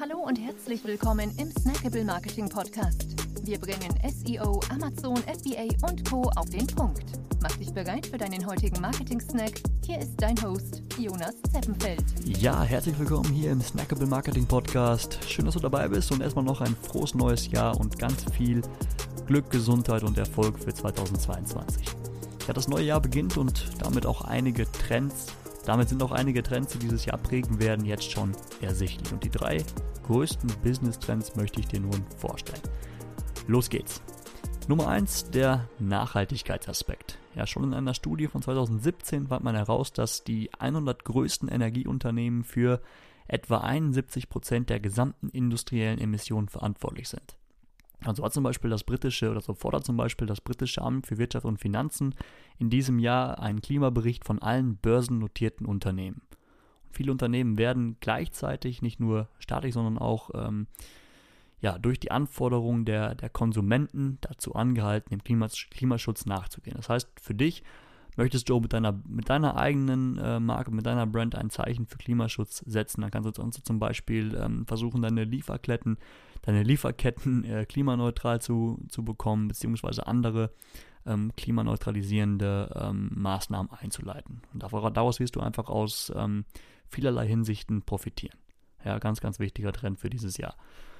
Hallo und herzlich willkommen im Snackable Marketing Podcast. Wir bringen SEO, Amazon, FBA und Co. auf den Punkt. Mach dich bereit für deinen heutigen Marketing-Snack. Hier ist dein Host, Jonas Zeppenfeld. Ja, herzlich willkommen hier im Snackable Marketing Podcast. Schön, dass du dabei bist und erstmal noch ein frohes neues Jahr und ganz viel Glück, Gesundheit und Erfolg für 2022. Ja, das neue Jahr beginnt und damit auch einige Trends. Damit sind auch einige Trends, die dieses Jahr prägen werden, jetzt schon ersichtlich. Und die 3 größten Business-Trends möchte ich dir nun vorstellen. Los geht's. Nummer 1, der Nachhaltigkeitsaspekt. Ja, schon in einer Studie von 2017 fand man heraus, dass die 100 größten Energieunternehmen für etwa 71% der gesamten industriellen Emissionen verantwortlich sind. Also fordert zum Beispiel das britische Amt für Wirtschaft und Finanzen in diesem Jahr einen Klimabericht von allen börsennotierten Unternehmen. Und viele Unternehmen werden gleichzeitig nicht nur staatlich, sondern auch durch die Anforderungen der Konsumenten dazu angehalten, dem Klimaschutz nachzugehen. Das heißt, für dich möchtest du mit deiner eigenen Marke, mit deiner Brand ein Zeichen für Klimaschutz setzen, dann kannst du zum Beispiel versuchen, deine Lieferketten klimaneutral zu bekommen, beziehungsweise andere klimaneutralisierende Maßnahmen einzuleiten. Und daraus wirst du einfach aus vielerlei Hinsichten profitieren. Ja, ganz, ganz wichtiger Trend für dieses Jahr.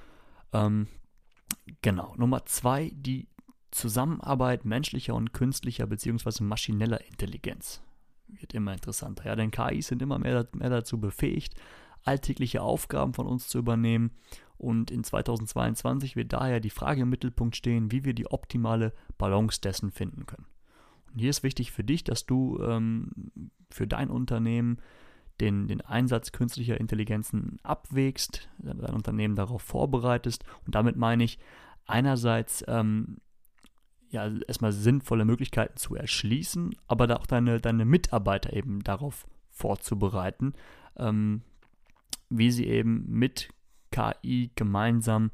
Nummer 2, die Zusammenarbeit menschlicher und künstlicher bzw. maschineller Intelligenz wird immer interessanter. Ja, denn KIs sind immer mehr dazu befähigt, alltägliche Aufgaben von uns zu übernehmen. Und in 2022 wird daher die Frage im Mittelpunkt stehen, wie wir die optimale Balance dessen finden können. Und hier ist wichtig für dich, dass du für dein Unternehmen den Einsatz künstlicher Intelligenzen abwägst, dein Unternehmen darauf vorbereitest. Und damit meine ich einerseits erstmal sinnvolle Möglichkeiten zu erschließen, aber da auch deine Mitarbeiter eben darauf vorzubereiten, wie sie eben mit KI gemeinsam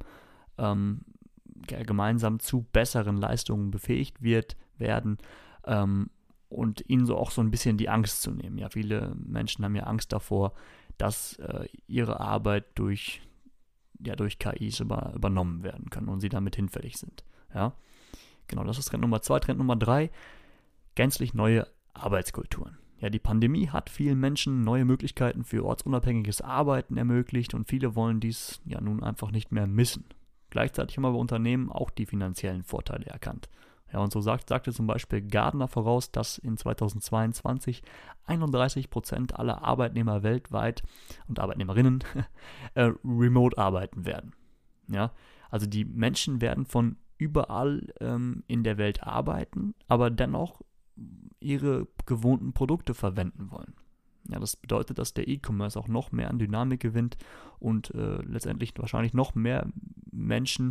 zu besseren Leistungen befähigt werden und ihnen so auch so ein bisschen die Angst zu nehmen. Ja, viele Menschen haben ja Angst davor, dass ihre Arbeit durch KIs übernommen werden kann und sie damit hinfällig sind. Ja, genau, das ist Trend Nummer 2. Trend Nummer 3, gänzlich neue Arbeitskulturen. Ja, die Pandemie hat vielen Menschen neue Möglichkeiten für ortsunabhängiges Arbeiten ermöglicht und viele wollen dies ja nun einfach nicht mehr missen. Gleichzeitig haben aber Unternehmen auch die finanziellen Vorteile erkannt. Ja, und so sagte zum Beispiel Gartner voraus, dass in 2022 31% aller Arbeitnehmer weltweit und Arbeitnehmerinnen remote arbeiten werden. Ja, also die Menschen werden von überall in der Welt arbeiten, aber dennoch ihre gewohnten Produkte verwenden wollen. Ja, das bedeutet, dass der E-Commerce auch noch mehr an Dynamik gewinnt und letztendlich wahrscheinlich noch weniger Menschen,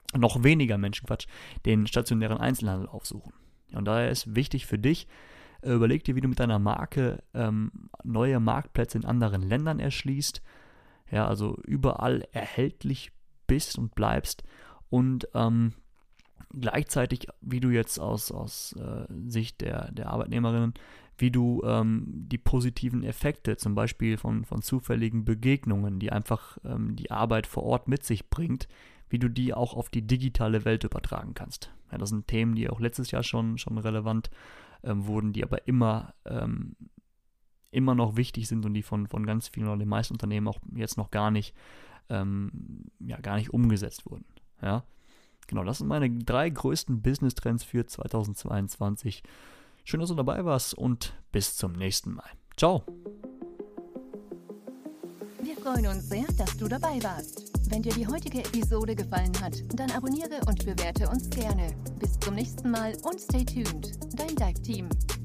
den stationären Einzelhandel aufsuchen. Ja, und daher ist wichtig für dich, überleg dir, wie du mit deiner Marke neue Marktplätze in anderen Ländern erschließt, ja, also überall erhältlich bist und bleibst und gleichzeitig, wie du jetzt aus Sicht der Arbeitnehmerinnen, wie du die positiven Effekte zum Beispiel von zufälligen Begegnungen, die einfach die Arbeit vor Ort mit sich bringt, wie du die auch auf die digitale Welt übertragen kannst. Ja, das sind Themen, die auch letztes Jahr schon relevant wurden, die aber immer noch wichtig sind und die von ganz vielen oder den meisten Unternehmen auch jetzt noch gar nicht umgesetzt wurden. Ja. Genau, das sind meine 3 größten Business-Trends für 2022. Schön, dass du dabei warst und bis zum nächsten Mal. Ciao! Wir freuen uns sehr, dass du dabei warst. Wenn dir die heutige Episode gefallen hat, dann abonniere und bewerte uns gerne. Bis zum nächsten Mal und stay tuned. Dein Dive-Team.